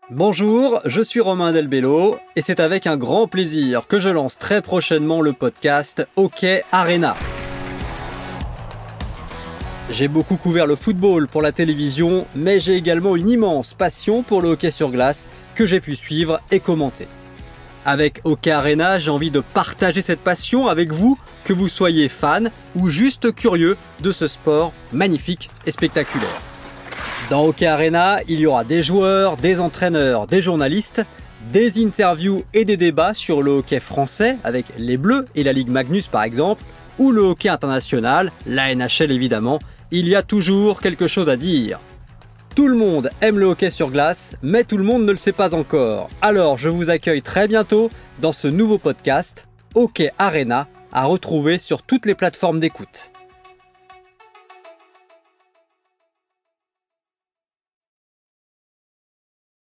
Bonjour, je suis Romain Delbello et c'est avec un grand plaisir que je lance très prochainement le podcast Hockey Arena. J'ai beaucoup couvert le football pour la télévision, mais j'ai également une immense passion pour le hockey sur glace que j'ai pu suivre et commenter. Avec Hockey Arena, j'ai envie de partager cette passion avec vous, que vous soyez fan ou juste curieux de ce sport magnifique et spectaculaire. Dans Hockey Arena, il y aura des joueurs, des entraîneurs, des journalistes, des interviews et des débats sur le hockey français avec les Bleus et la Ligue Magnus par exemple, ou le hockey international, la NHL évidemment, il y a toujours quelque chose à dire. Tout le monde aime le hockey sur glace, mais tout le monde ne le sait pas encore. Alors je vous accueille très bientôt dans ce nouveau podcast, Hockey Arena, à retrouver sur toutes les plateformes d'écoute.